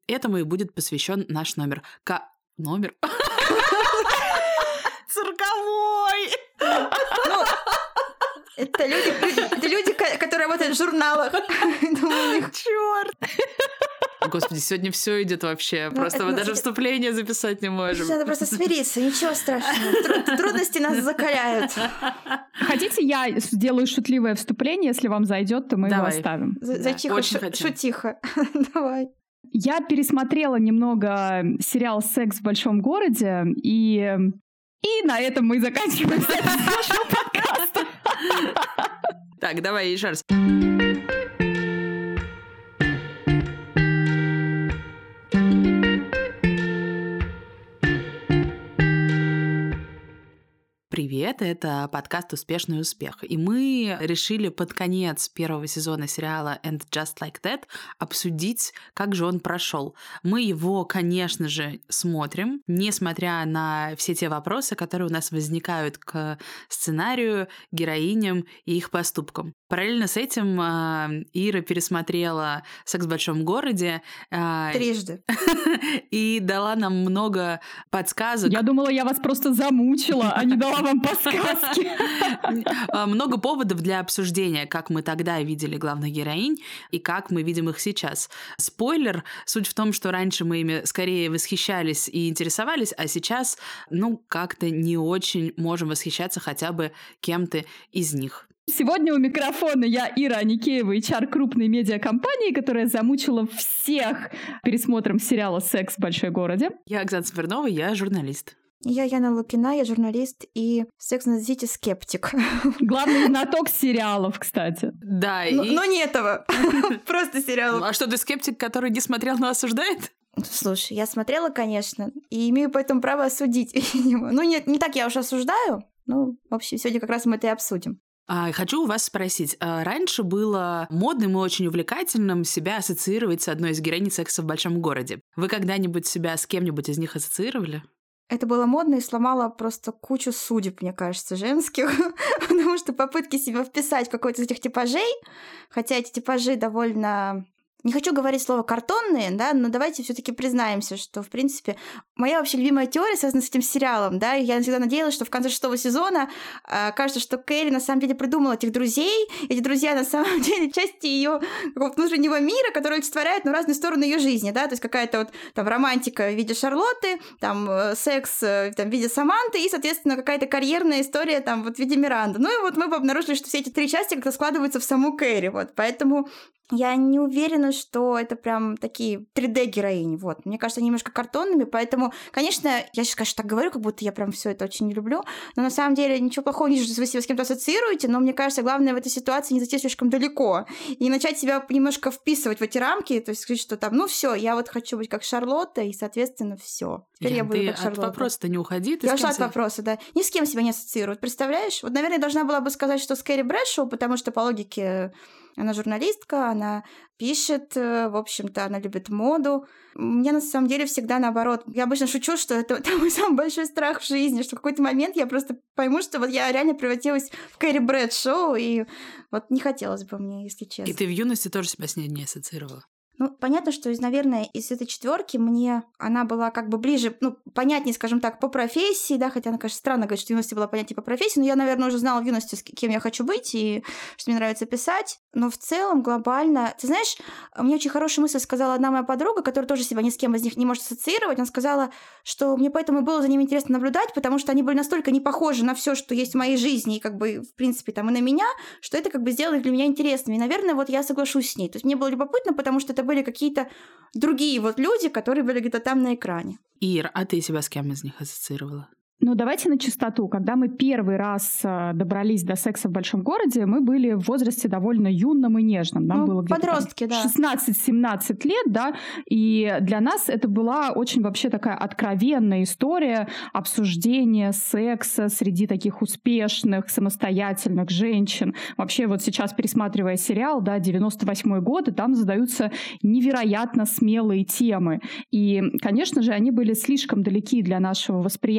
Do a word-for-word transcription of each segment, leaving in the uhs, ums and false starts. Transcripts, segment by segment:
этому и будет посвящен наш номер. К... Номер? Цирковой! Это люди, это люди, которые работают в журналах. Черт! Господи, сегодня все идет вообще. Ну, просто это, мы ну, даже это... вступление записать не можем. Надо просто смириться, ничего страшного. Труд, трудности нас закаляют. Хотите, я сделаю шутливое вступление, если вам зайдет, то мы Давай. его оставим. За, да, зайчиха, шу, шутиха. Давай. Я пересмотрела немного сериал «Секс в большом городе», и, и на этом мы заканчиваем наш подкаст. Так, давай еще раз. Привет, это подкаст «Успешный успех». И мы решили под конец первого сезона сериала «And Just Like That» обсудить, как же он прошел. Мы его, конечно же, смотрим, несмотря на все те вопросы, которые у нас возникают к сценарию, героиням и их поступкам. Параллельно с этим э, Ира пересмотрела «Секс в большом городе». Э, Трижды. И дала нам много подсказок. Я думала, я вас просто замучила, а не дала вам подсказки. Много поводов для обсуждения, как мы тогда видели главных героинь и как мы видим их сейчас. Спойлер, суть в том, что раньше мы ими скорее восхищались и интересовались, а сейчас, ну, как-то не очень можем восхищаться хотя бы кем-то из них. Сегодня у микрофона я, Ира Аникеева, эйч ар крупной медиакомпании, которая замучила всех пересмотром сериала «Секс в большом городе». Я Оксана Смирнова, я журналист. Я Яна Лукина, я журналист и «Секс на Зите» скептик. Главный знаток сериалов, кстати. Да, но, и... но не этого. Просто сериалов. А что, ты скептик, который не смотрел, но осуждает? Слушай, я смотрела, конечно, и имею поэтому право осудить. Ну, нет, не так я уж осуждаю. Ну, в общем, сегодня как раз мы это и обсудим. Хочу у вас спросить. Раньше было модным и очень увлекательным себя ассоциировать с одной из героинь «Секса в большом городе». Вы когда-нибудь себя с кем-нибудь из них ассоциировали? Это было модно и сломало просто кучу судеб, мне кажется, женских, потому что попытки себя вписать в какой-то из этих типажей, хотя эти типажи довольно... Не хочу говорить слово «картонные», да, но давайте все-таки признаемся, что, в принципе, моя вообще любимая теория связана с этим сериалом, да, и я всегда надеялась, что в конце шестого сезона э, кажется, что Кэрри на самом деле придумала этих друзей, эти друзья на самом деле части ее внутреннего мира, которые олицетворяют, ну, разные стороны ее жизни, да, то есть какая-то вот там романтика в виде Шарлотты, там секс там, в виде Саманты и, соответственно, какая-то карьерная история там вот в виде Миранды. Ну и вот мы обнаружили, что все эти три части как-то складываются в саму Кэрри, вот, поэтому... Я не уверена, что это прям такие три дэ-героини, вот. Мне кажется, они немножко картонными, поэтому, конечно, я сейчас, конечно, так говорю, как будто я прям все это очень не люблю, но на самом деле ничего плохого не вижу, если вы себя с кем-то ассоциируете, но мне кажется, главное в этой ситуации не зайти слишком далеко и начать себя немножко вписывать в эти рамки, то есть сказать, что там, ну все, я вот хочу быть как Шарлотта, и, соответственно, все. Теперь я, я буду как Шарлотта. От вопроса-то не уходи. Ты я ушла от вопроса, да. Ни с кем себя не ассоциирую, представляешь? Вот, наверное, я должна была бы сказать, что с Кэрри Брэдшоу, потому что по логике она журналистка, она пишет, в общем-то, она любит моду. Мне на самом деле всегда наоборот. Я обычно шучу, что это, это мой самый большой страх в жизни, что в какой-то момент я просто пойму, что вот я реально превратилась в Кэрри Брэдшоу, и вот не хотелось бы мне, если честно. И ты в юности тоже себя с ней не ассоциировала? Ну, понятно, что, наверное, из этой четверки мне она была как бы ближе, ну, понятнее, скажем так, по профессии, да, хотя она, конечно, странно говорит, что в юности была понятнее по профессии, но я, наверное, уже знала в юности, кем я хочу быть и что мне нравится писать. Но в целом, глобально, ты знаешь, мне очень хорошую мысль сказала одна моя подруга, которая тоже себя ни с кем из них не может ассоциировать. Она сказала, что мне поэтому было за ними интересно наблюдать, потому что они были настолько не похожи на все, что есть в моей жизни, и как бы, в принципе, там и на меня, что это как бы сделало их для меня интересными. И, наверное, вот я соглашусь с ней. То есть мне было любопытно, потому что это были какие-то другие вот люди, которые были где-то там на экране. Ир, а ты себя с кем из них ассоциировала? Ну, давайте на чистоту. Когда мы первый раз добрались до «Секса в большом городе», мы были в возрасте довольно юном и нежном. Нам ну, было где-то подростки, да. шестнадцать-семнадцать лет, да, и для нас это была очень вообще такая откровенная история обсуждения секса среди таких успешных, самостоятельных женщин. Вообще вот сейчас, пересматривая сериал, да, девяносто восьмой год, и там задаются невероятно смелые темы. И, конечно же, они были слишком далеки для нашего восприятия, что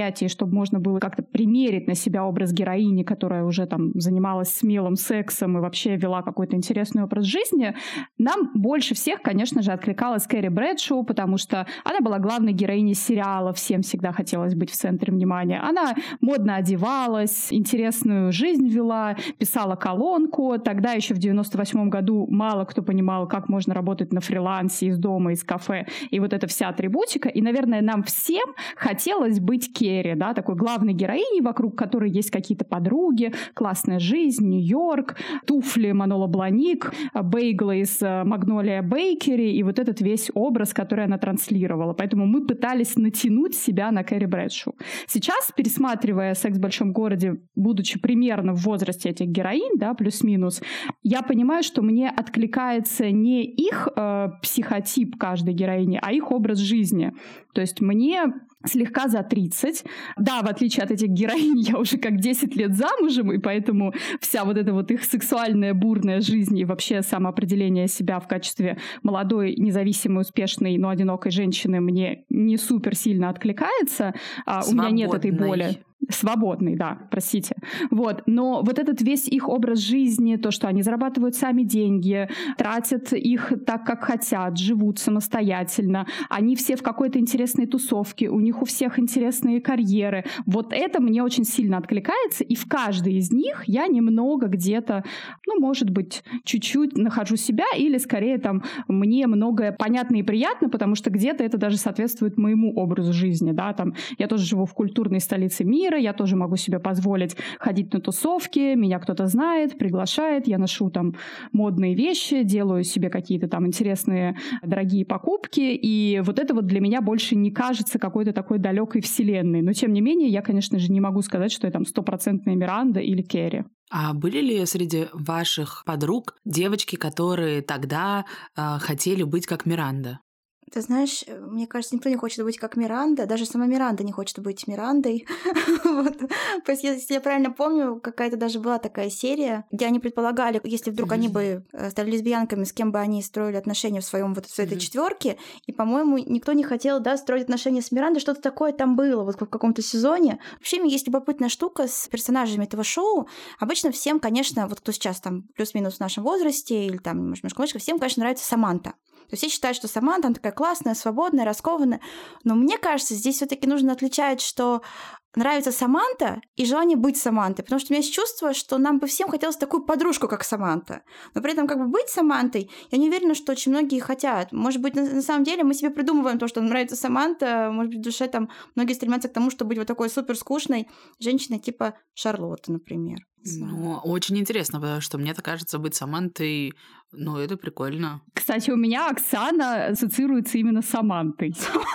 чтобы можно было как-то примерить на себя образ героини, которая уже там занималась смелым сексом и вообще вела какой-то интересный образ жизни, нам больше всех, конечно же, откликалась Кэрри Брэдшоу, потому что она была главной героиней сериала, всем всегда хотелось быть в центре внимания. Она модно одевалась, интересную жизнь вела, писала колонку. Тогда еще в девяносто восьмом году мало кто понимал, как можно работать на фрилансе из дома, из кафе, и вот эта вся атрибутика. И, наверное, нам всем хотелось быть Керри, да, такой главной героиней, вокруг которой есть какие-то подруги, классная жизнь, Нью-Йорк, туфли Манола Бланик, бейглы из Магнолия Бейкери, и вот этот весь образ, который она транслировала. Поэтому мы пытались натянуть себя на Кэрри Брэдшоу. Сейчас, пересматривая «Секс в большом городе», будучи примерно в возрасте этих героинь, да, плюс-минус, я понимаю, что мне откликается не их э, психотип каждой героини, а их образ жизни. То есть мне слегка за тридцать. Да, в отличие от этих героинь, я уже как десять лет замужем, и поэтому вся вот эта вот их сексуальная бурная жизнь и вообще самоопределение себя в качестве молодой, независимой, успешной, но одинокой женщины мне не супер сильно откликается. У меня нет этой боли. Свободный, да, простите. Вот. Но вот этот весь их образ жизни, то, что они зарабатывают сами деньги, тратят их так, как хотят, живут самостоятельно, они все в какой-то интересной тусовке, у них у всех интересные карьеры. Вот это мне очень сильно откликается, и в каждой из них я немного где-то, ну, может быть, чуть-чуть нахожу себя, или скорее там мне многое понятно и приятно, потому что где-то это даже соответствует моему образу жизни, да, там я тоже живу в культурной столице мира, я тоже могу себе позволить ходить на тусовки, меня кто-то знает, приглашает, я ношу там модные вещи, делаю себе какие-то там интересные дорогие покупки, и вот это вот для меня больше не кажется какой-то такой далекой вселенной. Но тем не менее, я, конечно же, не могу сказать, что я там стопроцентная Миранда или Керри. А были ли среди ваших подруг девочки, которые тогда э, хотели быть как Миранда? Ты знаешь, мне кажется, никто не хочет быть как Миранда, даже сама Миранда не хочет быть Мирандой. Вот. То есть, если я правильно помню, какая-то даже была такая серия, где они предполагали, если вдруг они бы стали лесбиянками, с кем бы они строили отношения в своем вот в этой четверке, и, по-моему, никто не хотел, да, строить отношения с Мирандой, что-то такое там было вот в каком-то сезоне. Вообще, есть любопытная штука с персонажами этого шоу. Обычно всем, конечно, вот кто сейчас там плюс-минус в нашем возрасте, или там, может, немножко младше, всем, конечно, нравится Саманта. То есть все считают, что Саманта, она такая классная, свободная, раскованная. Но мне кажется, здесь все-таки нужно отличать, что нравится Саманта и желание быть Самантой. Потому что у меня есть чувство, что нам бы всем хотелось такую подружку, как Саманта. Но при этом как бы быть Самантой, я не уверена, что очень многие хотят. Может быть, на, на самом деле мы себе придумываем то, что нам нравится Саманта. Может быть, в душе там многие стремятся к тому, чтобы быть вот такой супер скучной женщиной типа Шарлотты, например. Ну, очень интересно, потому что мне-то кажется, быть Самантой, ну, это прикольно. Кстати, у меня Оксана ассоциируется именно с Самантой.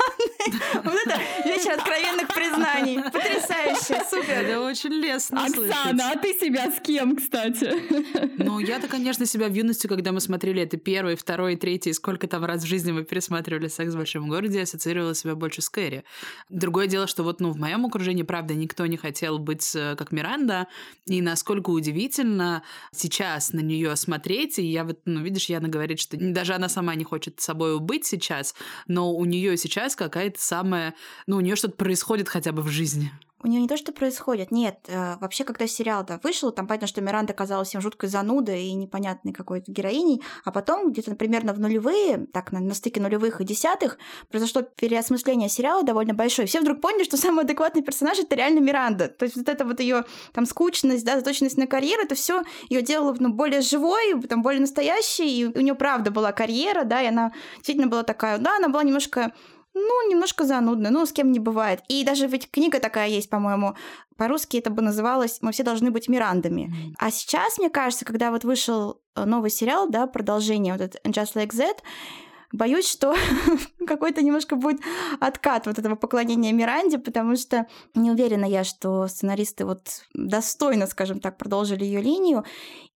Вот это вечер откровенных признаний. Потрясающе, супер. Это очень лестно слышать. Оксана, а ты себя с кем, кстати? Ну, я-то, конечно, себя в юности, когда мы смотрели это первый, второй, третий, сколько там раз в жизни мы пересматривали «Секс в большом городе», ассоциировала себя больше с Кэрри. Другое дело, что вот, ну, в моем окружении, правда, никто не хотел быть как Миранда, и насколько удивительно сейчас на нее смотреть, и я вот, ну, видишь, Яна говорит, что даже она сама не хочет собой быть сейчас, но у нее сейчас какая-то самая, ну, у нее что-то происходит хотя бы в жизни. У нее не то, что происходит, нет. Э, вообще, когда сериал-то вышел, там понятно, что Миранда казалась всем жуткой занудой и непонятной какой-то героиней, а потом где-то примерно в нулевые, так, на, на стыке нулевых и десятых, произошло переосмысление сериала довольно большое. Все вдруг поняли, что самый адекватный персонаж — это реально Миранда. То есть вот эта вот ее там скучность, да, заточенность на карьеру, это все ее делало, ну, более живой, там, более настоящей, и у нее правда была карьера, да, и она действительно была такая, да, она была немножко... Ну, немножко занудно, ну, с кем не бывает. И даже ведь книга такая есть, по-моему, по-русски это бы называлось «Мы все должны быть Мирандами». Mm-hmm. А сейчас, мне кажется, когда вот вышел новый сериал, да, продолжение, вот этот «Just Like That», боюсь, что какой-то немножко будет откат вот этого поклонения Миранде, потому что не уверена я, что сценаристы вот достойно, скажем так, продолжили ее линию.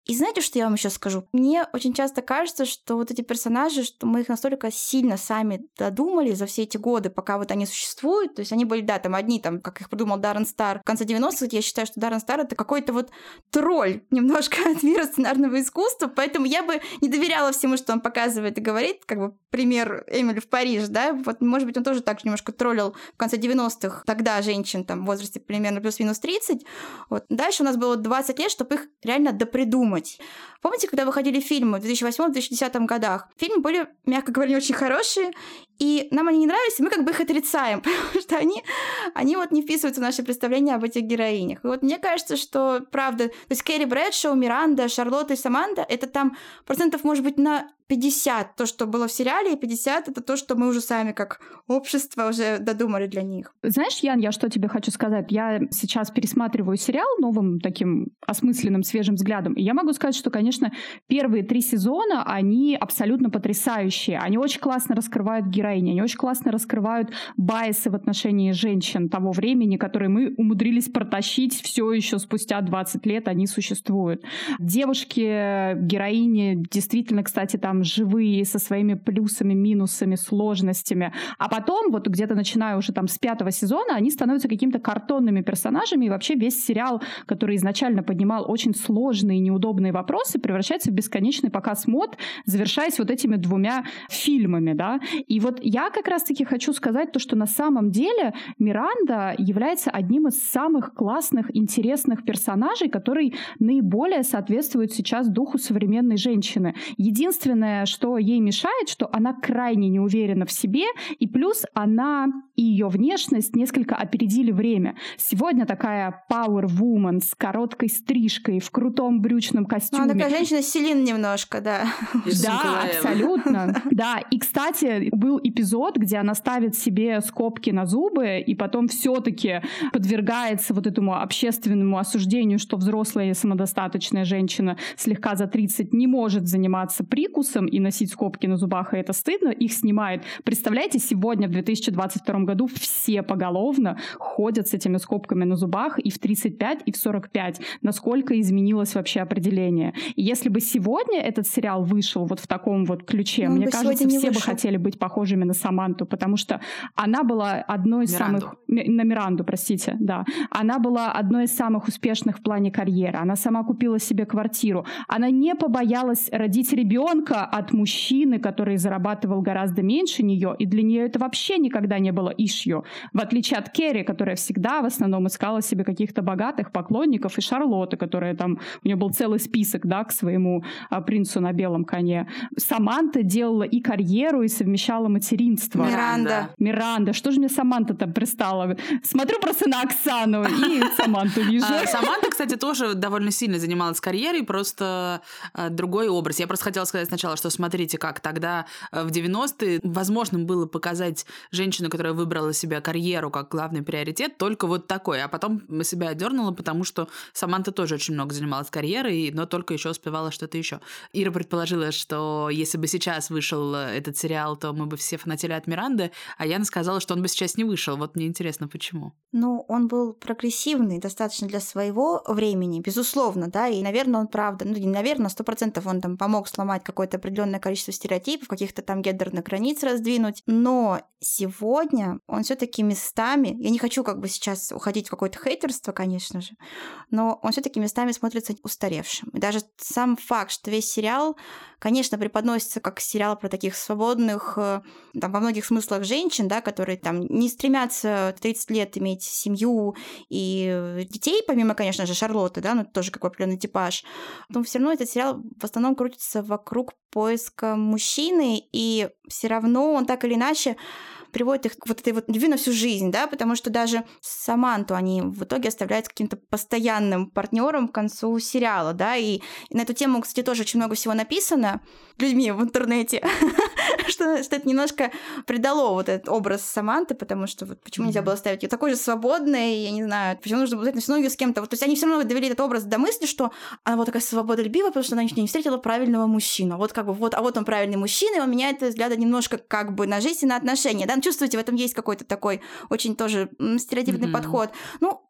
И знаете, что я вам еще скажу? Мне очень часто кажется, что вот эти персонажи, что мы их настолько сильно сами додумали за все эти годы, пока вот они существуют. То есть они были, да, там одни, там, как их придумал Даррен Стар в конце девяностых. Я считаю, что Даррен Стар — это какой-то вот тролль немножко от мира сценарного искусства, поэтому я бы не доверяла всему, что он показывает и говорит, как бы пример Эмили в Париж, да, вот, может быть, он тоже так же немножко троллил в конце девяностых тогда женщин там в возрасте примерно плюс-минус тридцать. Вот. Дальше у нас было двадцать лет, чтобы их реально допридумать. Помните, когда выходили фильмы в две тысячи восьмом — две тысячи десятом годах? Фильмы были, мягко говоря, не очень хорошие, и нам они не нравились, и мы как бы их отрицаем, потому что они, они вот не вписываются в наши представления об этих героинях. И вот мне кажется, что, правда, то есть Кэрри Брэдшоу, Миранда, Шарлотта и Саманта — это там процентов, может быть, на пятьдесят то, что было в сериале, и пятьдесят это то, что мы уже сами как общество уже додумали для них. Знаешь, Ян, я что тебе хочу сказать? Я сейчас пересматриваю сериал новым таким осмысленным, свежим взглядом, и я могу сказать, что, конечно, первые три сезона, они абсолютно потрясающие. Они очень классно раскрывают героини, они очень классно раскрывают байсы в отношении женщин того времени, которые мы умудрились протащить все еще спустя двадцать лет, они существуют. Девушки, героини, действительно, кстати, там живые, со своими плюсами, минусами, сложностями. А потом, вот где-то начиная уже там с пятого сезона, они становятся какими-то картонными персонажами, и вообще весь сериал, который изначально поднимал очень сложные и неудобные вопросы, превращается в бесконечный показ мод, завершаясь вот этими двумя фильмами, да. И вот я как раз-таки хочу сказать то, что на самом деле Миранда является одним из самых классных, интересных персонажей, который наиболее соответствует сейчас духу современной женщины. Единственное, что ей мешает, что она крайне не уверена в себе, и плюс она и ее внешность несколько опередили время. Сегодня такая power woman с короткой стрижкой, в крутом брючном костюме. Ну, она такая женщина Селин немножко, да. Да, абсолютно. Да, и, кстати, был эпизод, где она ставит себе скобки на зубы, и потом все-таки подвергается вот этому общественному осуждению, что взрослая самодостаточная женщина слегка за тридцать не может заниматься прикусом и носить скобки на зубах, и это стыдно, их снимают. Представляете, сегодня, в две тысячи двадцать втором году, все поголовно ходят с этими скобками на зубах и в тридцать пять, и в сорок пять. Насколько изменилось вообще определение. И если бы сегодня этот сериал вышел вот в таком вот ключе, ну, мне кажется, все вышел. бы хотели быть похожими на Саманту, потому что она была одной из Миранду. самых... На Миранду, простите, да. Она была одной из самых успешных в плане карьеры. Она сама купила себе квартиру. Она не побоялась родить ребенка от мужчины, который зарабатывал гораздо меньше нее, и для нее это вообще никогда не было ишью. В отличие от Керри, которая всегда в основном искала себе каких-то богатых поклонников, и Шарлотты, которая там... У нее был целый список, да, к своему а, принцу на белом коне. Саманта делала и карьеру, и совмещала материнство. Миранда. Миранда. Что же мне Саманта-то пристала? Смотрю просто на Оксану и Саманту вижу. Саманта, кстати, тоже довольно сильно занималась карьерой, просто другой образ. Я просто хотела сказать сначала, что смотрите, как тогда в девяностые возможным было показать женщину, которая выбрала себе карьеру как главный приоритет, только вот такой. А потом себя одернула, потому что Саманта тоже очень много занималась карьерой, но только еще успевала что-то еще. Ира предположила, что если бы сейчас вышел этот сериал, то мы бы все фанатели от Миранды, а Яна сказала, что он бы сейчас не вышел. Вот мне интересно, почему? Ну, он был прогрессивный достаточно для своего времени, безусловно, да, и, наверное, он правда, ну, не наверное, сто процентов он там помог сломать какое-то определенное количество стереотипов, каких-то там гендерных границ раздвинуть, но сегодня он все таки местами, я не хочу как бы сейчас уходить в какое-то хейтерство, конечно же, но он все таки местами смотрится устаревшим. И даже сам факт, что весь сериал, конечно, преподносится как сериал про таких свободных, там, во многих смыслах женщин, да, которые там не стремятся тридцать лет иметь семью и детей, помимо, конечно же, Шарлотты, да, но тоже как бы определенный типаж, но все равно этот сериал в основном крутится вокруг поиска мужчины, и все равно он так или иначе приводит их к вот этой вот любви на всю жизнь, да, потому что даже Саманту они в итоге оставляют каким-то постоянным партнером к концу сериала, да, и на эту тему, кстати, тоже очень много всего написано людьми в интернете, что, что это немножко придало вот этот образ Саманты, потому что вот почему нельзя было ставить ее такой же свободной, я не знаю, почему нужно было взять на ноги с кем-то, вот, то есть они все равно довели этот образ до мысли, что она вот такая свободолюбивая, потому что она не встретила правильного мужчину, вот как бы вот, а вот он правильный мужчина, и он меняет взгляды немножко как бы на жизнь и на отношения, да, чувствуете, в этом есть какой-то такой очень тоже стереотипный mm-hmm. подход. Ну,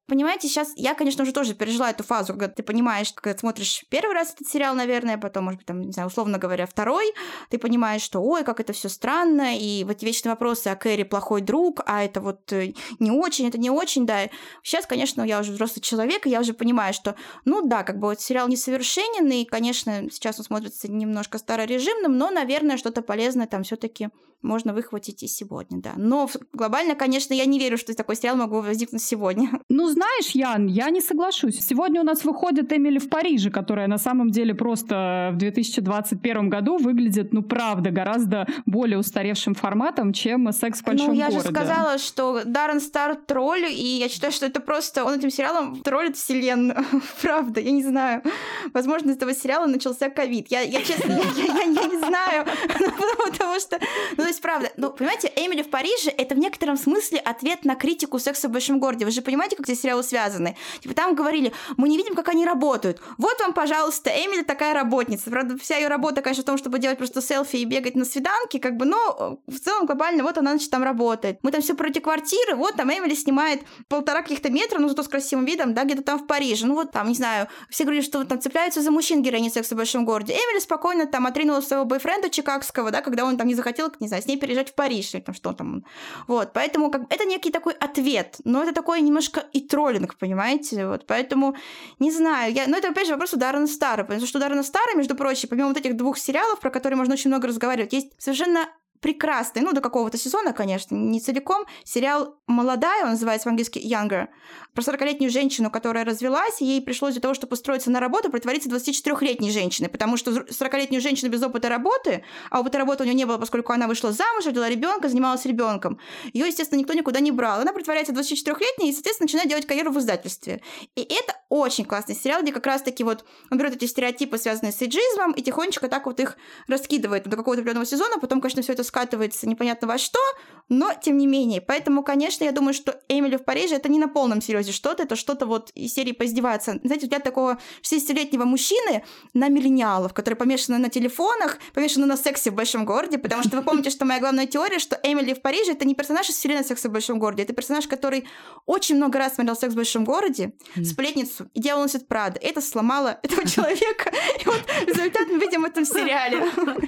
Понимаете, сейчас я, конечно, уже тоже пережила эту фазу, когда ты понимаешь, когда смотришь первый раз этот сериал, наверное, потом, может быть, там, не знаю, условно говоря, второй, ты понимаешь, что, ой, как это все странно, и вот эти вечные вопросы, а Кэрри плохой друг, а это вот не очень, это не очень, да. Сейчас, конечно, я уже взрослый человек, и я уже понимаю, что, ну да, как бы вот сериал несовершенен, и, конечно, сейчас он смотрится немножко старорежимным, но, наверное, что-то полезное там все таки можно выхватить и сегодня, да. Но глобально, конечно, я не верю, что такой сериал могу возникнуть сегодня. Ну, знаешь, Ян, я не соглашусь. Сегодня у нас выходит «Эмили в Париже», которая на самом деле просто в две тысячи двадцать первом году выглядит, ну, правда, гораздо более устаревшим форматом, чем «Секс в большом городе». Ну, я же сказала, что Даррен Стар тролль, и я считаю, что это просто... Он этим сериалом троллит вселенную. Правда, я не знаю. Возможно, из этого сериала начался ковид. Я, я честно, я, я, я не знаю. Потому что... Ну, то есть, правда, ну, понимаете, «Эмили в Париже» — это в некотором смысле ответ на критику «Секса в большом городе». Вы же понимаете, как эти сериалы связаны? Типа там говорили, мы не видим, как они работают. Вот вам, пожалуйста, Эмили такая работница. Правда, вся ее работа, конечно, в том, чтобы делать просто селфи и бегать на свиданки, как бы, но в целом глобально вот она, значит, там работает. Мы там все про эти квартиры, вот там Эмили снимает полтора каких-то метра, ну, зато с красивым видом, да, где-то там в Париже. Ну, вот там, не знаю, все говорили, что там цепляются за мужчин героини «Секса в большом городе». Эмили спокойно там отринула своего бойфренда чикагского, да, когда он там не захотел, не знаю, с ней переезжать в Париж, или там что там. Вот, поэтому как, это некий такой ответ, но это такой немножко и троллинг, понимаете, вот, поэтому, не знаю, я, ну, это, опять же, вопрос у Даррена Стара, потому что у Даррена Стара, между прочим, помимо вот этих двух сериалов, про которые можно очень много разговаривать, есть совершенно прекрасный, ну, до какого-то сезона, конечно, не целиком, сериал «Молодая», он называется по-английски «Younger», про сорокалетнюю женщину, которая развелась, и ей пришлось для того, чтобы устроиться на работу, притвориться двадцатичетырёхлетней женщиной, потому что сорокалетнюю женщину без опыта работы, а опыта работы у нее не было, поскольку она вышла замуж, родила ребенка, занималась ребенком. Ее, естественно, никто никуда не брал. Она притворяется двадцатичетырёхлетней и, соответственно, начинает делать карьеру в издательстве. И это очень классный сериал, где как раз-таки вот он берет эти стереотипы, связанные с эйджизмом, и тихонечко так вот их раскидывает до какого-то определенного сезона, потом, конечно, все это скатывается непонятно во что, но тем не менее. Поэтому, конечно, я думаю, что «Эмили в Париже» — это не на полном серьезе что-то, это что-то вот из серии поиздеваться. Знаете, взгляд такого шестидесятилетнего мужчины на миллениалов, которые помешаны на телефонах, помешаны на сексе в большом городе, потому что вы помните, что моя главная теория, что Эмили в Париже — это не персонаж из вселенной «Секса в большом городе», это персонаж, который очень много раз смотрел «Секс в большом городе», mm. «Сплетницу» и «Дьявол носит Прада». Это сломало этого человека. И вот результат мы видим в этом сериале.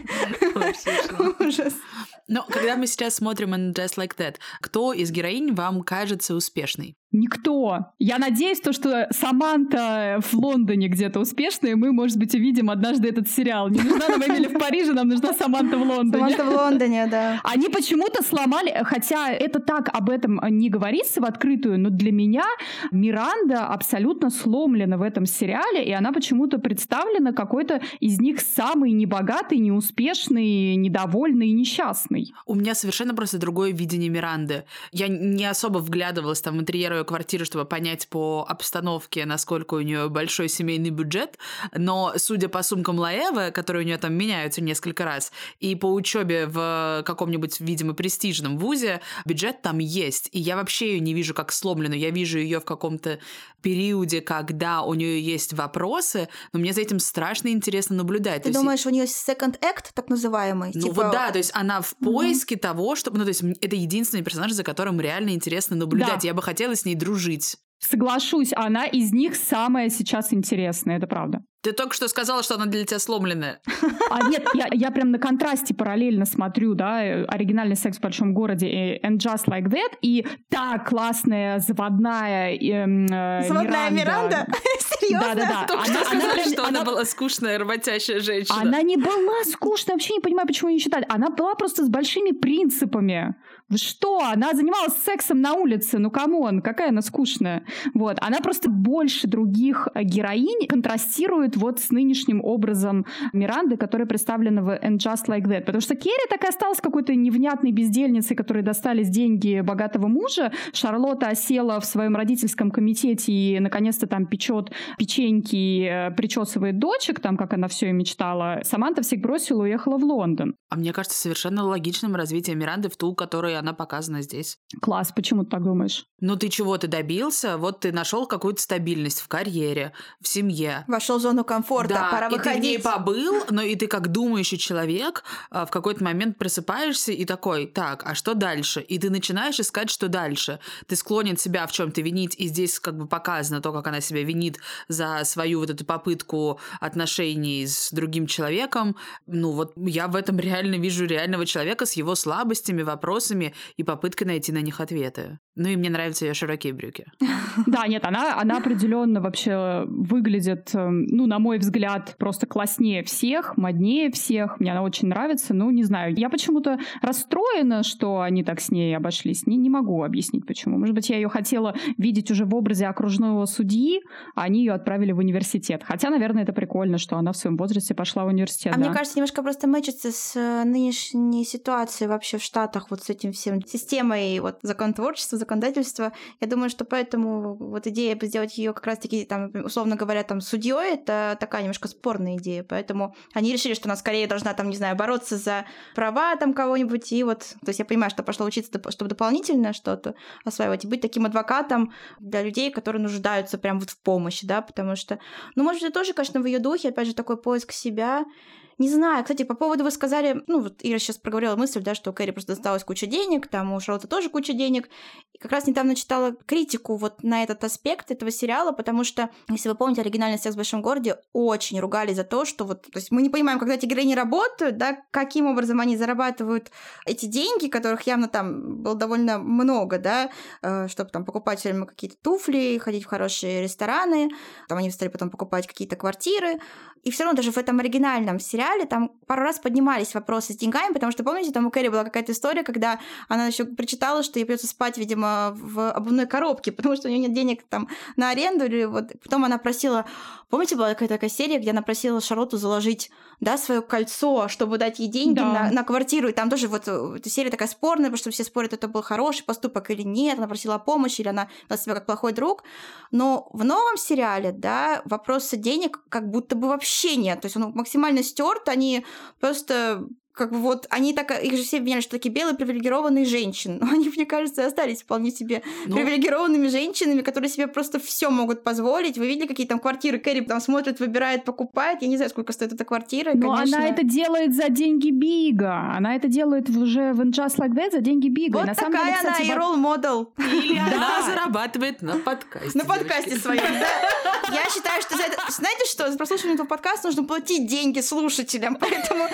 Ужас. Но когда мы сейчас смотрим «And Just Like That», кто из героинь вам кажется успешной? Никто. Я надеюсь, то, что Саманта в Лондоне где-то успешная, и мы, может быть, увидим однажды этот сериал. Не нужна нам Эмили в Париже, нам нужна Саманта в Лондоне. Саманта в Лондоне, да. Они почему-то сломали, хотя это так об этом не говорится в открытую, но для меня Миранда абсолютно сломлена в этом сериале, и она почему-то представлена какой-то из них самый небогатый, неуспешный, недовольный и несчастный. У меня совершенно просто другое видение Миранды. Я не особо вглядывалась там в интерьер ее квартиры, чтобы понять по обстановке, насколько у нее большой семейный бюджет, но судя по сумкам Лаэвы, которые у нее там меняются несколько раз, и по учебе в каком-нибудь, видимо, престижном вузе, бюджет там есть. И я вообще ее не вижу как сломленную. Я вижу ее в каком-то периоде, когда у нее есть вопросы, но мне за этим страшно интересно наблюдать. Ты то думаешь, есть... у нее second act, так называемый? Ну типа... вот да, то есть она в поиске mm-hmm. того, чтобы... Ну то есть это единственный персонаж, за которым реально интересно наблюдать. Да. Я бы хотела с ней дружить. Соглашусь, она из них самая сейчас интересная, это правда. Ты только что сказала, что она для тебя сломленная. А нет, я, я прям на контрасте параллельно смотрю, да, оригинальный «Секс в большом городе» и «And Just Like That», и та классная заводная э, э, заводная Миранда? Серьезно? Да-да-да. Только она, что она, сказали, прям, что она, она была скучная, работящая женщина. Она не была скучная, вообще не понимаю, почему ее считали. Она была просто с большими принципами. Что? Она занималась сексом на улице, ну камон, какая она скучная. Вот. Она просто больше других героинь контрастирует вот с нынешним образом Миранды, которая представлена в «And Just Like That». Потому что Керри так и осталась какой-то невнятной бездельницей, которой достались деньги богатого мужа. Шарлотта осела в своем родительском комитете и наконец-то там печет печеньки, причесывает дочек, там, как она все и мечтала. Саманта всех бросила и уехала в Лондон. А мне кажется совершенно логичным развитие Миранды в ту, которой она показана здесь. Класс, почему ты так думаешь? Ну ты чего, ты добился? Вот ты нашел какую-то стабильность в карьере, в семье. Вошел в зону зону комфорта, да, пора и выходить. ты в ней побыл, но и ты как думающий человек в какой-то момент просыпаешься и такой, так, а что дальше? И ты начинаешь искать, что дальше. Ты склонен себя в чем-то винить, и здесь как бы показано то, как она себя винит за свою вот эту попытку отношений с другим человеком. Ну вот я в этом реально вижу реального человека с его слабостями, вопросами и попыткой найти на них ответы. Ну и мне нравятся ее широкие брюки. Да, нет, она, она определенно вообще выглядит, ну, на мой взгляд, просто класснее всех, моднее всех. Мне она очень нравится. Ну, не знаю, я почему-то расстроена, что они так с ней обошлись. Не, не могу объяснить, почему. Может быть, я ее хотела видеть уже в образе окружного судьи, а они ее отправили в университет. Хотя, наверное, это прикольно, что она в своем возрасте пошла в университет. А да. мне кажется, немножко просто мэчится с нынешней ситуацией вообще в Штатах, вот с этим всем системой вот законотворчества, законодательства. Я думаю, что поэтому вот идея сделать ее как раз-таки, там, условно говоря, там, судьей, это такая немножко спорная идея. Поэтому они решили, что она скорее должна, там, не знаю, бороться за права там кого-нибудь. И вот, то есть я понимаю, что пошла учиться, чтобы дополнительно что-то осваивать и быть таким адвокатом для людей, которые нуждаются прям вот в помощи, да, потому что, ну, может, это тоже, конечно, в ее духе, опять же, такой поиск себя. Не знаю, кстати, по поводу вы сказали, ну, вот Ира сейчас проговорила мысль, да, что у Кэрри просто досталось куча денег, там у Шарлотты тоже куча денег. И как раз недавно читала критику вот на этот аспект этого сериала, потому что, если вы помните, оригинальный «Секс в большом городе» очень ругали за то, что вот, то есть мы не понимаем, когда эти героини работают, да, каким образом они зарабатывают эти деньги, которых явно там было довольно много, да, чтобы там покупать все время какие-то туфли, ходить в хорошие рестораны, там они стали потом покупать какие-то квартиры. И все равно даже в этом оригинальном сериале там пару раз поднимались вопросы с деньгами, потому что, помните, там у Кэрри была какая-то история, когда она еще прочитала, что ей придется спать, видимо, в обувной коробке, потому что у нее нет денег там на аренду. Или вот. Потом она просила... Помните, была какая-то такая серия, где она просила Шарлотту заложить, да, свое кольцо, чтобы дать ей деньги да. на, на квартиру. И там тоже вот эта серия такая спорная, потому что все спорят, это был хороший поступок или нет. Она просила о помощи, или она вела себя как плохой друг. Но в новом сериале, да, вопроса денег как будто бы вообще нет. То есть он максимально стерт, они просто... Как бы вот, они так, их же все обвиняли, что такие белые привилегированные женщины. Но они, мне кажется, остались вполне себе ну... привилегированными женщинами, которые себе просто все могут позволить. Вы видели, какие там квартиры Кэрри там смотрит, выбирает, покупает. Я не знаю, сколько стоит эта квартира. Но конечно... она это делает за деньги Бига. Она это делает уже в And Just Like That за деньги Бига. Вот и на такая самом деле, кстати, она и ролл-модел. Или она зарабатывает на подкасте. На подкасте своем, да. Я считаю, что за это... Знаете что? За прослушивание этого подкаста нужно платить деньги слушателям. Поэтому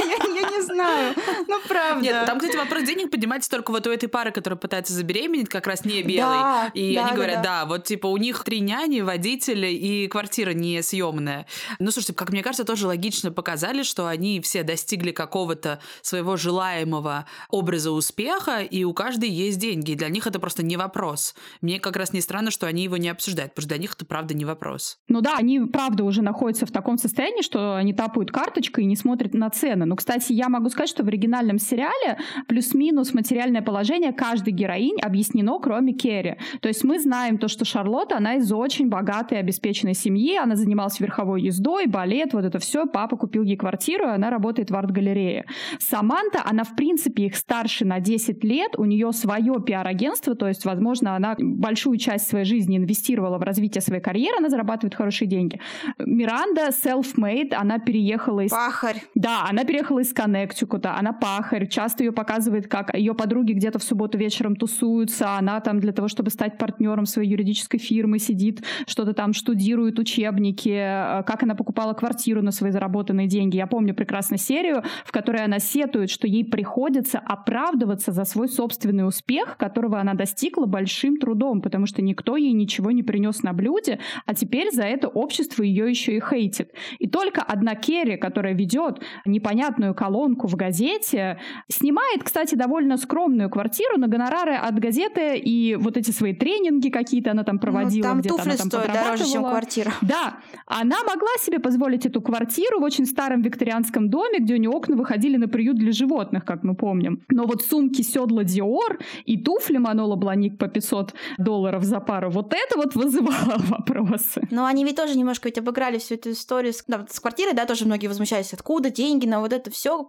я не знаю. Ну, правда. Нет, там, кстати, вопрос денег поднимается только вот у этой пары, которая пытается забеременеть, как раз не белый. Да, и да, они да, говорят, да. да, вот типа у них три няни, водители и квартира несъемная. Ну, слушайте, как мне кажется, тоже логично показали, что они все достигли какого-то своего желаемого образа успеха, и у каждой есть деньги. И для них это просто не вопрос. Мне как раз не странно, что они его не обсуждают, потому что для них это правда не вопрос. Ну да, они правда уже находятся в таком состоянии, что они тапают карточкой и не смотрят на цены. Но, кстати, я могу сказать, что в оригинальном сериале плюс-минус материальное положение каждой героини объяснено, кроме Керри. То есть мы знаем то, что Шарлотта, она из очень богатой, обеспеченной семьи, она занималась верховой ездой, балет, вот это все. Папа купил ей квартиру, и она работает в арт-галерее. Саманта, она в принципе их старше на десять лет, у нее свое пиар-агентство, то есть, возможно, она большую часть своей жизни инвестировала в развитие своей карьеры, она зарабатывает хорошие деньги. Миранда self-made, она переехала из... Пахарь. Да, она переехала из Коннектикута, она пахарь, часто ее показывает, как ее подруги где-то в субботу вечером тусуются, она там для того, чтобы стать партнером своей юридической фирмы, сидит, что-то там штудирует учебники, как она покупала квартиру на свои заработанные деньги. Я помню прекрасно серию, в которой она сетует, что ей приходится оправдываться за свой собственный успех, которого она достигла большим трудом, потому что никто ей ничего не принес на блюде, а теперь за это общество ее еще и хейтит. И только одна Керри, которая ведет непонятную колонку в газете, снимает, кстати, довольно скромную квартиру на гонорары от газеты, и вот эти свои тренинги какие-то она там проводила, ну, там где-то туфли она там стоят дороже, чем квартира. Да, она могла себе позволить эту квартиру в очень старом викторианском доме, где у нее окна выходили на приют для животных, как мы помним. Но вот сумки седла Dior и туфли Манола Бланик по пятьсот долларов за пару, вот это вот вызывало вопросы. Но они ведь тоже немножко ведь обыграли всю эту историю с, да, с квартирой, да, тоже многие возмущались, откуда деньги на вот это все.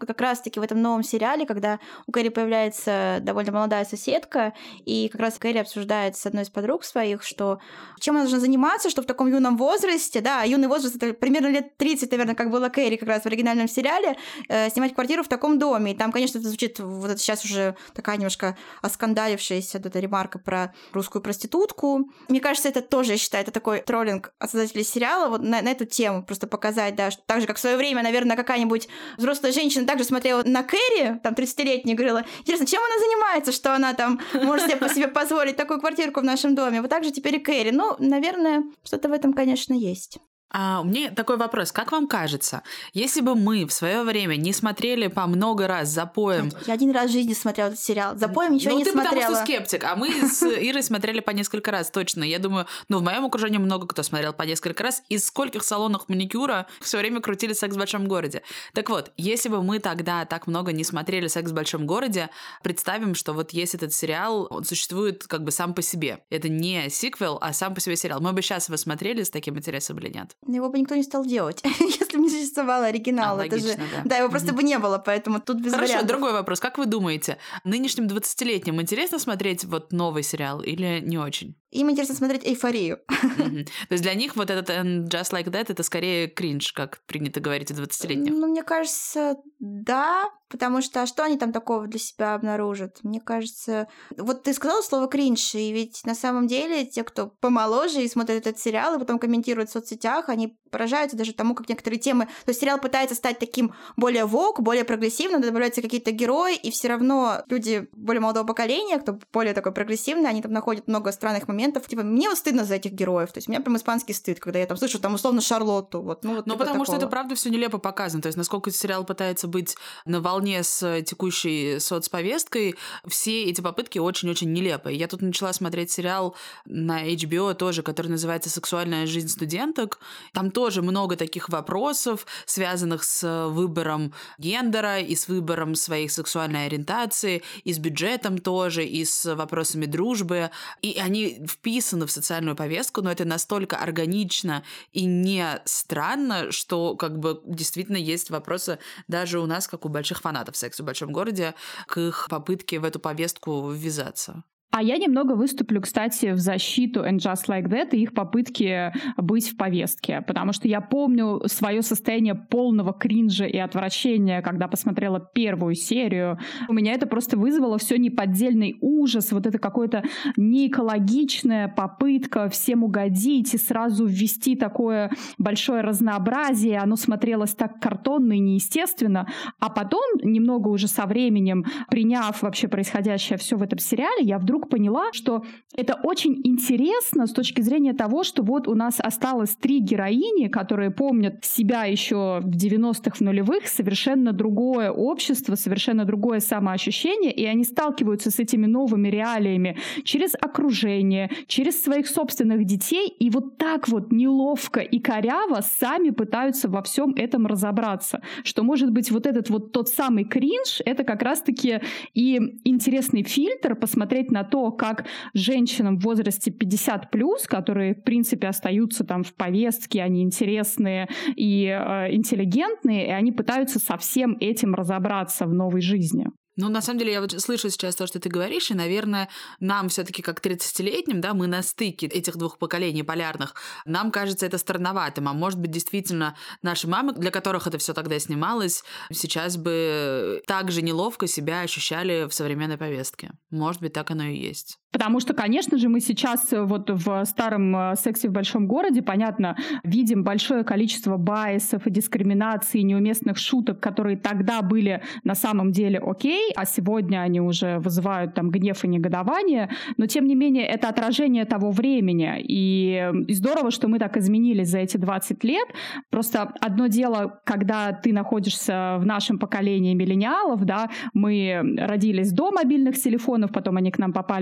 как раз-таки в этом новом сериале, когда у Кэрри появляется довольно молодая соседка, и как раз Кэрри обсуждает с одной из подруг своих, что чем она должна заниматься, что в таком юном возрасте, да, юный возраст — это примерно лет тридцать, наверное, как было Кэрри как раз в оригинальном сериале, э, снимать квартиру в таком доме. И там, конечно, это звучит, вот это сейчас уже такая немножко оскандалившаяся вот эта ремарка про русскую проститутку. Мне кажется, это тоже, я считаю, это такой троллинг от создателей сериала вот на, на эту тему, просто показать, да, что так же, как в свое время, наверное, какая-нибудь взрослая женщина также смотрела на Кэрри, там, тридцатилетняя, и говорила, интересно, чем она занимается, что она там может себе, по себе позволить такую квартирку в нашем доме. Вот так же теперь и Кэрри. Ну, наверное, что-то в этом, конечно, есть. А у меня такой вопрос. Как вам кажется, если бы мы в свое время не смотрели по много раз «Запоем»... Я один раз в жизни смотрела этот сериал. «Запоем» ничего ну, не ты смотрела. Ну, ты потому что скептик, а мы с Ирой смотрели по несколько раз, точно. Я думаю, ну, в моем окружении много кто смотрел по несколько раз. Из скольких салонов маникюра все время крутили «Секс в большом городе». Так вот, если бы мы тогда так много не смотрели «Секс в большом городе», представим, что вот есть этот сериал, он существует как бы сам по себе. Это не сиквел, а сам по себе сериал. Мы бы сейчас его смотрели с таким интересом или нет? Его бы никто не стал делать, если бы не существовал оригинал. А, это логично, же... да. Да, его просто бы не было, поэтому тут без Хорошо, вариантов. другой вопрос. Как вы думаете, нынешним двадцатилетним интересно смотреть вот новый сериал или не очень? Им интересно смотреть «Эйфорию». Mm-hmm. То есть для них вот этот And Just Like That — это скорее кринж, как принято говорить у двадцатилетних? Ну, мне кажется, да, потому что а что они там такого для себя обнаружат? Мне кажется... Вот ты сказала слово «кринж», и ведь на самом деле те, кто помоложе и смотрят этот сериал, и потом комментируют в соцсетях, они поражаются даже тому, как некоторые темы... То есть сериал пытается стать таким более вок, более прогрессивным, добавляются какие-то герои, и все равно люди более молодого поколения, кто более такой прогрессивный, они там находят много странных моментов. Типа, мне вот стыдно за этих героев. То есть у меня прям испанский стыд, когда я там слышу там условно Шарлотту. Вот, ну, вот ну типа потому такого. что это правда все нелепо показано. То есть насколько сериал пытается быть на волне с текущей соцповесткой, все эти попытки очень-очень нелепые. Я тут начала смотреть сериал на эйч би о тоже, который называется «Сексуальная жизнь студенток». Там тоже много таких вопросов, связанных с выбором гендера и с выбором своей сексуальной ориентации, и с бюджетом тоже, и с вопросами дружбы. И они вписаны в социальную повестку, но это настолько органично и не странно, что как бы действительно есть вопросы даже у нас, как у больших фанатов «Секса в большом городе», к их попытке в эту повестку ввязаться. А я немного выступлю, кстати, в защиту And Just Like That и их попытки быть в повестке, потому что я помню свое состояние полного кринжа и отвращения, когда посмотрела первую серию. У меня это просто вызвало все неподдельный ужас, вот это какое-то неэкологичная попытка всем угодить и сразу ввести такое большое разнообразие. Оно смотрелось так картонно и неестественно. А потом, немного уже со временем, приняв вообще происходящее все в этом сериале, я вдруг поняла, что это очень интересно с точки зрения того, что вот у нас осталось три героини, которые помнят себя еще в девяностых, в нулевых, совершенно другое общество, совершенно другое самоощущение, и они сталкиваются с этими новыми реалиями через окружение, через своих собственных детей, и вот так вот неловко и коряво сами пытаются во всем этом разобраться. Что, может быть, вот этот вот тот самый кринж, это как раз-таки и интересный фильтр посмотреть на то, как женщинам в возрасте пятьдесят плюс, которые, в принципе, остаются там в повестке, они интересные и э, интеллигентные, и они пытаются со всем этим разобраться в новой жизни. Ну, на самом деле, я вот слышу сейчас то, что ты говоришь, и, наверное, нам все-таки как тридцатилетним, да, мы на стыке этих двух поколений полярных, нам кажется это странноватым, а может быть, действительно, наши мамы, для которых это все тогда снималось, сейчас бы так же неловко себя ощущали в современной повестке. Может быть, так оно и есть. Потому что, конечно же, мы сейчас вот в старом «Сексе в большом городе», понятно, видим большое количество байесов и дискриминаций, неуместных шуток, которые тогда были на самом деле окей, а сегодня они уже вызывают там гнев и негодование. Но, тем не менее, это отражение того времени. И, и здорово, что мы так изменились за эти двадцать лет. Просто одно дело, когда ты находишься в нашем поколении миллениалов, да, мы родились до мобильных телефонов, потом они к нам попали в руки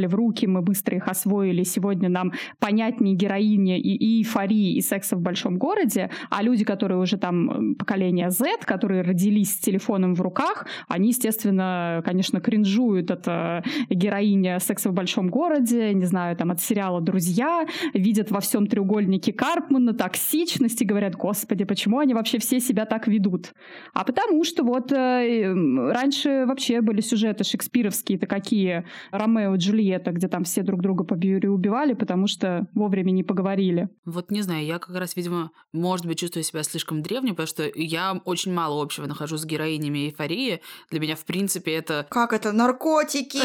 навыки, мы быстро их освоили, сегодня нам понятнее героиня и, и эйфории, и секса в большом городе, а люди, которые уже там поколение Z, которые родились с телефоном в руках, они, естественно, конечно, кринжуют от э, героиня секса в большом городе, не знаю, там, от сериала «Друзья», видят во всем треугольнике Карпмана токсичность и говорят: господи, почему они вообще все себя так ведут? А потому что вот э, раньше вообще были сюжеты шекспировские-то какие, Ромео и Джульетта, где там все друг друга побили и убивали, потому что вовремя не поговорили. Вот не знаю, я как раз, видимо, может быть, чувствую себя слишком древней, потому что я очень мало общего нахожу с героинями эйфории. Для меня, в принципе, это... Как это? Наркотики!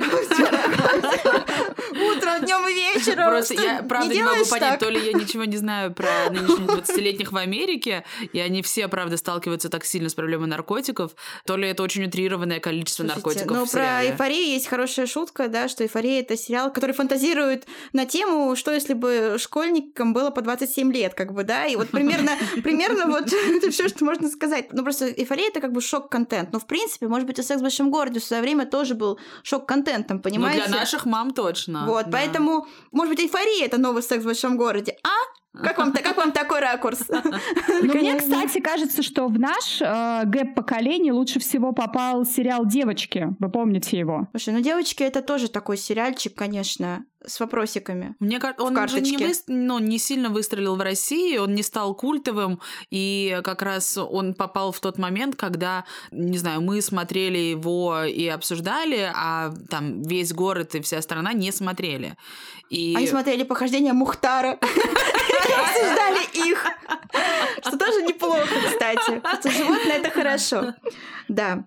Утром, днем и вечером. Просто я, правда, не могу понять, то ли я ничего не знаю про нынешних двадцатилетних в Америке, и они все, правда, сталкиваются так сильно с проблемой наркотиков, то ли это очень утрированное количество наркотиков ну, в сериале. Про «Эйфорию» есть хорошая шутка, да, что «Эйфория» — это сериал, который фантазирует на тему, что если бы школьникам было по двадцать семь лет, как бы, да, и вот примерно, примерно вот это все, что можно сказать. Ну, просто «Эйфория» — это как бы шок-контент. Но, в принципе, может быть, и «Секс в большом городе» в свое время тоже был шок-контентом, понимаете? Ну, для наших мам точно. Вот, да. Поэтому, может быть, «Эйфория» — это новый «Секс в большом городе», а? Как вам, как вам такой ракурс? Ну, мне, кстати, кажется, что в наш э, гэп поколений лучше всего попал сериал «Девочки». Вы помните его? Слушай, ну «Девочки» — это тоже такой сериальчик, конечно, с вопросиками. Мне кажется, он же не, вы... ну, не сильно выстрелил в России, он не стал культовым, и как раз он попал в тот момент, когда, не знаю, мы смотрели его и обсуждали, а там весь город и вся страна не смотрели. И... Они смотрели «Похождения Мухтара». Обсуждали их. Что тоже неплохо, кстати. Что животное — это хорошо. Да.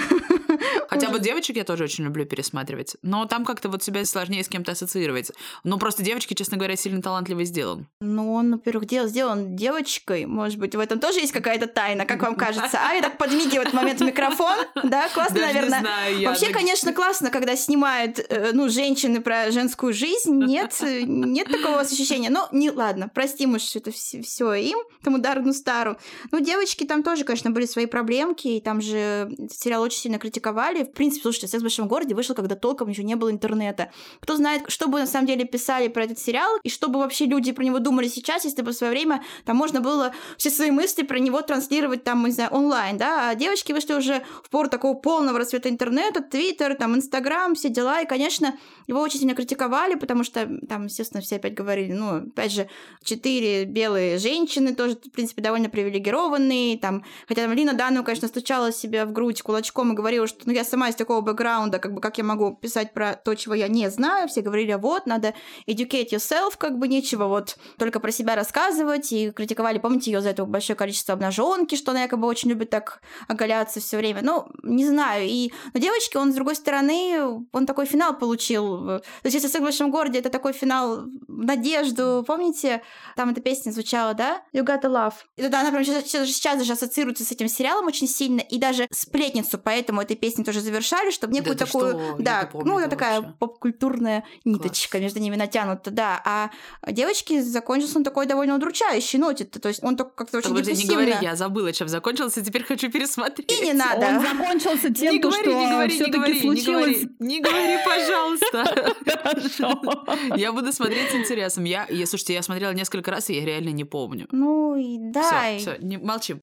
Хотя вот «Девочек» я тоже очень люблю пересматривать. Но там как-то вот себя сложнее с кем-то ассоциировать. Но просто «Девочки», честно говоря, сильно талантливо сделан. Ну, он, во-первых, дел, сделан девочкой. Может быть, в этом тоже есть какая-то тайна, как вам кажется? А, я так подмигиваю в этот момент в микрофон. Да, классно, даже наверное. Не знаю, я Вообще, так... конечно, классно, когда снимают, ну, женщины про женскую жизнь. Нет, нет такого ощущения. Но, не, ладно, простим уж это все им, тому Даррену Стару. Ну, девочки, там тоже, конечно, были свои проблемки, и там же сериал очень сильно критиковали. В принципе, слушайте, «Секс в большом городе» вышел, когда толком еще не было интернета. Кто знает, что бы на самом деле писали про этот сериал, и что бы вообще люди про него думали сейчас, если бы в свое время там можно было все свои мысли про него транслировать там, не знаю, онлайн, да, а девочки вышли уже в пору такого полного расцвета интернета, Твиттер, там, Инстаграм, все дела, и, конечно, его очень сильно критиковали, потому что там, естественно, все опять говорили, ну, опять же, четыре белые женщины, тоже, в принципе, довольно привилегированные, там, хотя там Лина Данова, конечно, стучала себя в грудь кулачком и говорила, что, ну, я сама из такого бэкграунда, как бы, как я могу писать про то, чего я не знаю, все говорили, вот, надо educate yourself, как бы, нечего вот только про себя рассказывать, и критиковали, помните, ее за это большое количество обнаженки, что она якобы очень любит так оголяться все время, ну, не знаю, и, но девочки, он, с другой стороны, он такой финал получил, то есть, если «Секс в большом городе» — это такой финал в надежду, помните, там эта песня звучала, да? You Got to Love. И тогда она прям сейчас, сейчас даже ассоциируется с этим сериалом очень сильно, и даже «Сплетницу» поэтому этой песни тоже завершали, чтобы некую да такую... Что? Да, ну, это такая вообще. Поп-культурная ниточка Класс. Между ними натянута, да. А девочки закончился он такой довольно удручающей ноте, то есть он как-то очень депрессивно. Не говори, я забыла, чем закончился, теперь хочу пересмотреть. И не надо. Он закончился тем, не то, говори, что не говори, всё-таки не случилось... Не говори, не говори, пожалуйста. Хорошо. Я буду смотреть с интересом. Я, я, слушайте, я смотрела несколько раз, и я реально не помню. Ну и да. Все, все, не, молчим.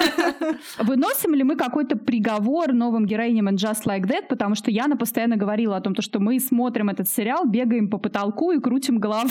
Выносим ли мы какой-то приговор новым героиням in Just Like That? Потому что Яна постоянно говорила о том, что мы смотрим этот сериал, бегаем по потолку и крутим головами.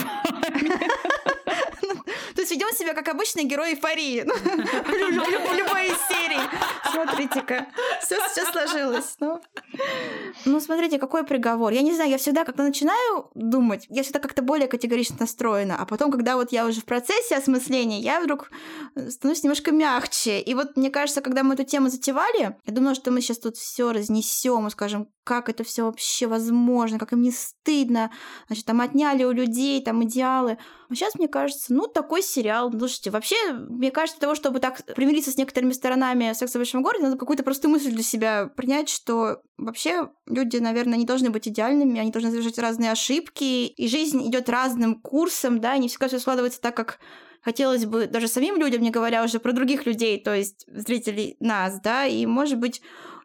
То есть ведем себя как обычные герои «Эйфории». В любой из серий. Смотрите-ка. Все сейчас сложилось. Ну. ну, смотрите, какой приговор. Я не знаю, я всегда, когда начинаю думать, я всегда как-то более категорично настроена. А потом, когда вот я уже в процессе осмысления, я вдруг становлюсь немножко мягче. И вот мне кажется, когда мы эту тему затевали, я думала, что мы сейчас тут все разнесем и скажем, как это все вообще возможно, как им не стыдно. Значит, там отняли у людей там идеалы. А сейчас, мне кажется, ну, такой сериал. Слушайте, вообще, мне кажется, для того, чтобы так примириться с некоторыми сторонами «Секса в большом городе», надо какую-то простую мысль для себя принять, что вообще люди, наверное, не должны быть идеальными, они должны совершать разные ошибки, и жизнь идет разным курсом, да, и не всегда все складывается так, как хотелось бы даже самим людям, не говоря уже про других людей, то есть зрителей нас, да, и, может быть,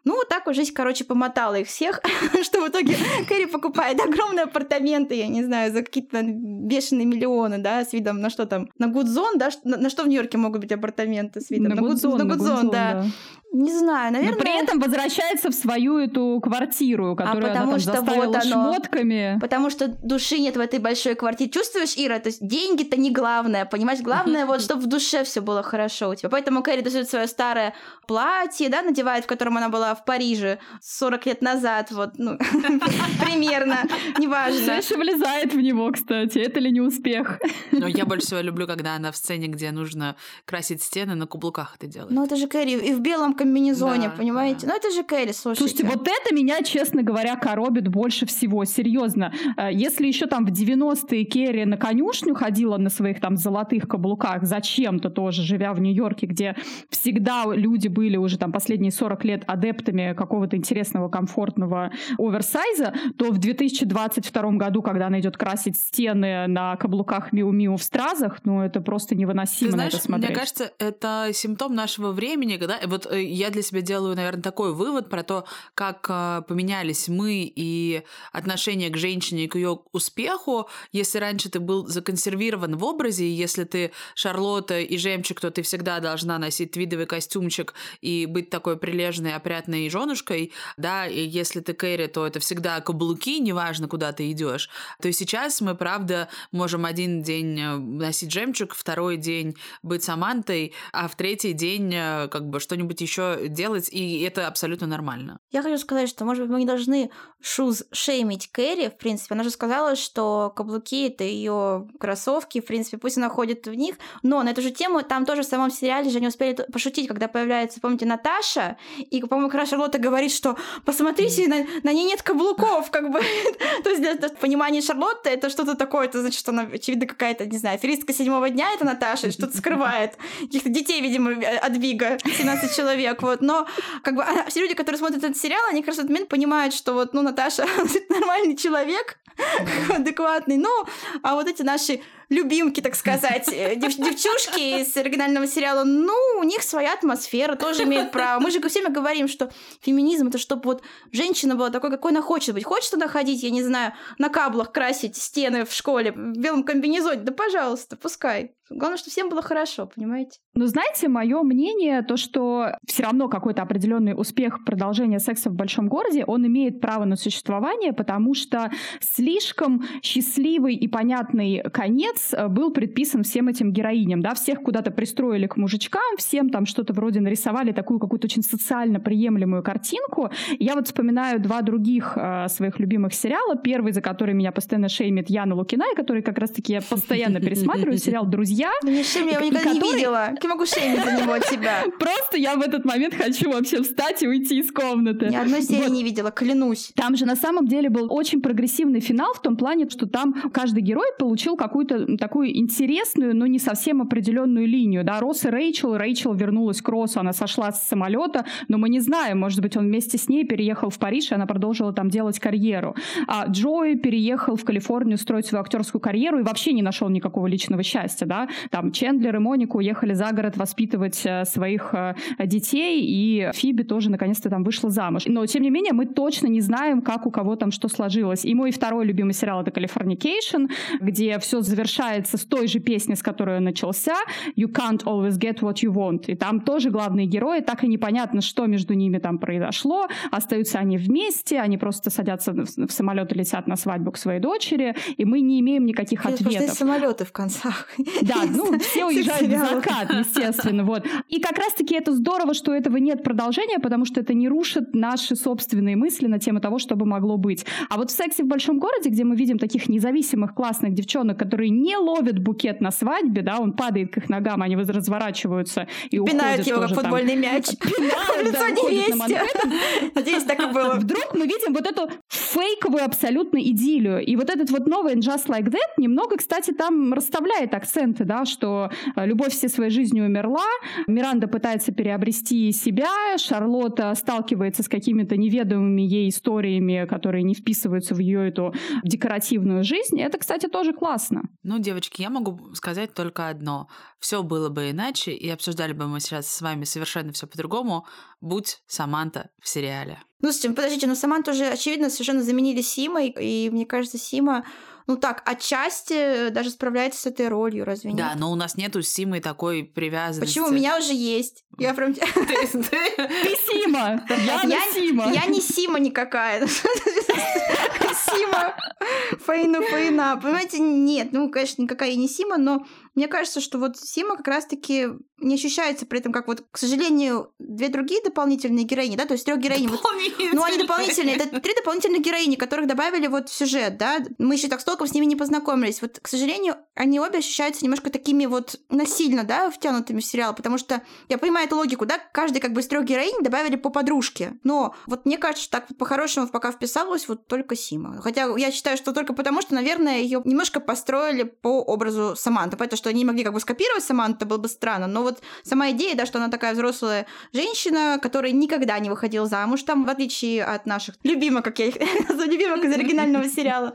Ну, вот так вот жизнь, короче, помотала их всех, что в итоге Кэрри покупает огромные апартаменты, я не знаю, за какие-то бешеные миллионы, да, с видом на что там, на Гудзон, да, на, на что в Нью-Йорке могут быть апартаменты с видом? На, на Гудзон, на Гудзон, Гудзон, да. да. Не знаю, наверное... Но при этом возвращается в свою эту квартиру, которую а она там что заставила вот оно, шмотками. Потому что души нет в этой большой квартире. Чувствуешь, Ира? То есть деньги-то не главное, понимаешь? Главное вот, чтобы в душе все было хорошо у тебя. Поэтому Кэрри достает свое старое платье, да, надевает, в котором она была в Париже сорок лет назад, вот, ну, примерно, неважно. Все еще влезает в него, кстати. Это ли не успех? Но я больше всего люблю, когда она в сцене, где нужно красить стены, на каблуках это делает. Ну, это же Кэрри и в белом комбинезоне, да, понимаете? Да. Ну, это же Кэрри, слушайте. Слушайте, вот это меня, честно говоря, коробит больше всего, серьезно. Если еще там в девяностые Кэрри на конюшню ходила на своих там золотых каблуках, зачем-то тоже, живя в Нью-Йорке, где всегда люди были уже там последние сорок лет адептами какого-то интересного, комфортного оверсайза, то в две тысячи двадцать втором году, когда она идет красить стены на каблуках Миу-Миу в стразах, ну, это просто невыносимо. Ты знаешь, на это смотреть. Мне кажется, это симптом нашего времени, когда... Вот я для себя делаю, наверное, такой вывод про то, как поменялись мы и отношение к женщине и к ее успеху. Если раньше ты был законсервирован в образе, и если ты Шарлотта и Жемчуг, то ты всегда должна носить твидовый костюмчик и быть такой прилежной, опрятной женушкой, да, и если ты Кэрри, то это всегда каблуки, неважно, куда ты идешь. То есть сейчас мы, правда, можем один день носить жемчуг, второй день быть Самантой, а в третий день как бы что-нибудь еще делать, и это абсолютно нормально. Я хочу сказать, что, может быть, мы не должны шуз-шеймить Кэрри, в принципе. Она же сказала, что каблуки — это ее кроссовки, в принципе, пусть она ходит в них, но на эту же тему там тоже в самом сериале же они успели пошутить, когда появляется, помните, Наташа, и, по-моему, как раз Шарлотта говорит, что посмотрите, на, на ней нет каблуков, как бы. То есть для понимания Шарлотты это что-то такое, это значит, что она, очевидно, какая-то, не знаю, аферистка седьмого дня, это Наташа, что-то скрывает. Каких-то детей, видимо, от Бига, семнадцать человек, вот. Но, как бы, все люди, которые смотрят этот сериал, они как раз в этот момент понимают, что вот, ну, Наташа нормальный человек, адекватный, ну, а вот эти наши любимки, так сказать, дев- девчушки из оригинального сериала, ну, у них своя атмосфера, тоже имеют право. Мы же все время говорим, что феминизм — это чтобы вот женщина была такой, какой она хочет быть. Хочет туда ходить, я не знаю, на каблах красить стены в школе, в белом комбинезоне, да пожалуйста, пускай. Главное, чтобы всем было хорошо, понимаете? Ну, знаете, мое мнение, то, что все равно какой-то определенный успех продолжения секса в большом городе, он имеет право на существование, потому что слишком счастливый и понятный конец был предписан всем этим героиням, да, всех куда-то пристроили к мужичкам, всем там что-то вроде нарисовали такую какую-то очень социально приемлемую картинку. Я вот вспоминаю два других э, своих любимых сериала. Первый, за который меня постоянно шеймит Яна Лукина, и который как раз-таки я постоянно пересматриваю, сериал «Друзья». Не шейми, я его никогда который... не видела. Как я могу шеймить за него от тебя? Просто я в этот момент хочу вообще встать и уйти из комнаты. Ни одной серии вот. Не видела, клянусь. Там же на самом деле был очень прогрессивный финал в том плане, что там каждый герой получил какую-то такую интересную, но не совсем определенную линию. Да, Росс и Рэйчел. Рэйчел вернулась к Россу, она сошла с самолета, но мы не знаем, может быть, он вместе с ней переехал в Париж, и она продолжила там делать карьеру. А Джои переехал в Калифорнию строить свою актерскую карьеру и вообще не нашел никакого личного счастья, да. Там Чендлер и Моника уехали за город воспитывать своих детей, и Фиби тоже наконец-то там вышла замуж. Но, тем не менее, мы точно не знаем, как у кого там что сложилось. И мой второй любимый сериал — это «Californication», где все завершается с той же песни, с которой он начался, «You can't always get what you want». И там тоже главные герои, так и непонятно, что между ними там произошло. Остаются они вместе, они просто садятся в самолет и летят на свадьбу к своей дочери, и мы не имеем никаких это ответов. Просто самолеты в концах. Да, ну, все уезжают в закат, естественно, вот. И как раз-таки это здорово, что этого нет продолжения, потому что это не рушит наши собственные мысли на тему того, что бы могло быть. А вот в «Сексе в большом городе», где мы видим таких независимых классных девчонок, которые не ловят букет на свадьбе, да, он падает к их ногам, они разворачиваются и уходят. Пинают его, как футбольный мяч. Пинают, лицо невесте. Надеюсь, так и было. Вдруг мы видим вот эту фейковую абсолютно идиллию. И вот этот вот новый «Just Like That» немного, кстати, там расставляет акценты моменты, да, что любовь всей своей жизнью умерла, Миранда пытается переобрести себя, Шарлотта сталкивается с какими-то неведомыми ей историями, которые не вписываются в ее эту декоративную жизнь. И это, кстати, тоже классно. Ну, девочки, я могу сказать только одно. Все было бы иначе, и обсуждали бы мы сейчас с вами совершенно все по-другому, будь Саманта в сериале. Ну, слушайте, подождите, но Саманту уже, очевидно, совершенно заменили Симой, и мне кажется, Сима, ну так, отчасти даже справляется с этой ролью, разве нет? Да, но у нас нету с Симой такой привязанности. Почему? У меня уже есть. Я прям... Ты Сима! Я Сима! Я не Сима никакая. Сима Фейна Фейна. Понимаете, нет, ну, конечно, никакая я не Сима, но мне кажется, что вот Сима как раз-таки не ощущается при этом, как вот, к сожалению, две другие дополнительные героини, да, то есть трех героинь. Вот, ну, они дополнительные. Это три дополнительных героини, которых добавили вот в сюжет, да. Мы еще так с толком с ними не познакомились. Вот, к сожалению, они обе ощущаются немножко такими вот насильно, да, втянутыми в сериал, потому что я понимаю эту логику, да, каждый как бы из трех героинь добавили по подружке. Но вот мне кажется, что так вот по-хорошему пока вписалась вот только Сима. Хотя я считаю, что только потому, что, наверное, ее немножко построили по образу Саманты. Поэтому, что они могли как бы скопировать Саманту, это было бы странно. Но вот сама идея, да, что она такая взрослая женщина, которая никогда не выходила замуж, там, в отличие от наших любимых, как я их называю, любимых из оригинального сериала.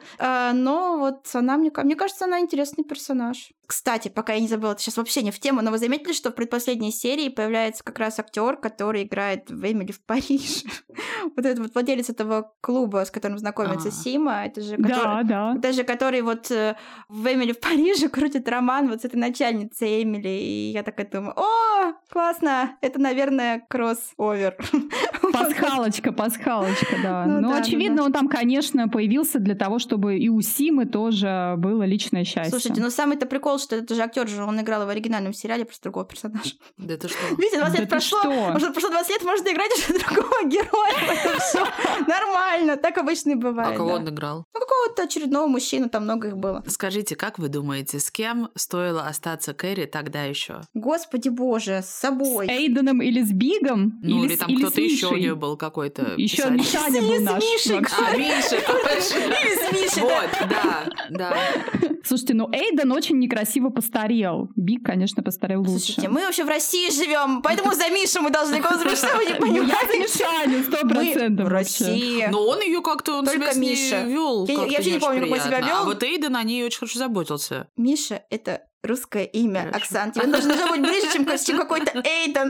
Но вот она, мне, мне кажется, она интересный персонаж. Кстати, пока я не забыла, это сейчас вообще не в тему, но вы заметили, что в предпоследней серии появляется как раз актер, который играет в «Эмили в Париже». Вот этот вот владелец этого клуба, с которым знакомится Сима, это же который, да, да. это же который вот в «Эмили в Париже» крутит роман вот с этой начальницей Эмили, и я такая думаю, о, классно, это, наверное, кросс-овер. Пасхалочка, пасхалочка, да. Ну, ну да, очевидно, ну, да. он там, конечно, появился для того, чтобы и у Симы тоже было личное счастье. Слушайте, ну самый-то прикол, что это же актер же, он играл в оригинальном сериале, просто другого персонажа. Да это что? Видите, двадцать лет прошло, может, прошло двадцать лет, можно играть уже другого героя. Все нормально, так обычно и бывает. А кого он играл? Ну, какого-то очередного мужчину, там много их было. Скажите, как вы думаете, с кем стоило остаться Кэрри тогда еще? Господи боже, с собой. С Эйденом или с Бигом? Ну, или, или там или кто-то еще у нее был какой-то. Еще Мишаня был наш. А, Миша, Или с Мишей, вот, да, да. Слушайте, ну Эйден очень некрасиво постарел. Биг, конечно, постарел лучше. Слушайте, мы вообще в России живем, поэтому за Мишу мы должны голосовать, что вы не понимаете. Я за Мишаню, сто процентов. В России. Но он ее как-то, он себя с ней вел. Я вообще не помню, как он себя вел. А вот Эйден о ней очень хорошо заботился. Миша — это русское имя, Хорошо. Оксан. Тебе нужно быть ближе, чем, чем какой-то Эйден.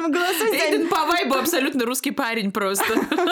Эйден по вайбу абсолютно русский парень просто.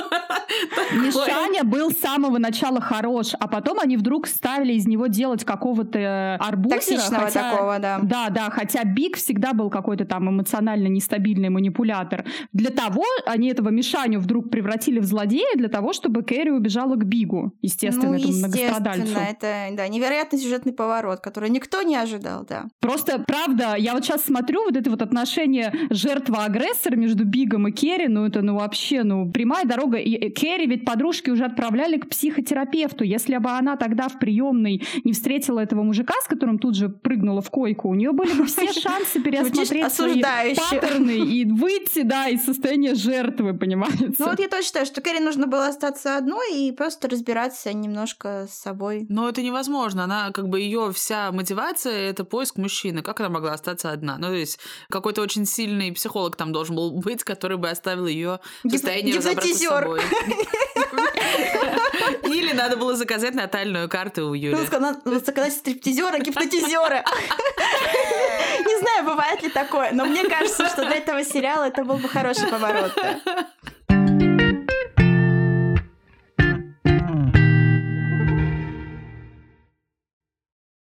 Мишаня был с самого начала хорош, а потом они вдруг стали из него делать какого-то арбузера. Токсичного хотя, такого, да. Да, да, хотя Биг всегда был какой-то там эмоционально нестабильный манипулятор. Для того они этого Мишаню вдруг превратили в злодея, для того, чтобы Кэрри убежала к Бигу, естественно, ну, этому естественно, многострадальцу. это да, невероятный сюжетный поворот, который никто не ожидал, да. Просто, правда, я вот сейчас смотрю вот это вот отношение жертва-агрессора между Бигом и Керри, ну это, ну вообще, ну прямая дорога. И Керри ведь подружки уже отправляли к психотерапевту. Если бы она тогда в приемной не встретила этого мужика, с которым тут же прыгнула в койку, у нее были бы все шансы переосмотреть свои паттерны и выйти, да, из состояния жертвы, понимаете? Ну вот я тоже считаю, что Керри нужно было остаться одной и просто разбираться немножко с собой. Но это невозможно. Она, как бы, ее вся мотивация — это поиск мужчины. Как она могла остаться одна? Ну, то есть какой-то очень сильный психолог там должен был быть, который бы оставил ее в состоянии разобраться с собой. Или надо было заказать натальную карту у Юли. Надо заказать стриптизера, гипнотизера. Не знаю, бывает ли такое, но мне кажется, что для этого сериала это был бы хороший поворот.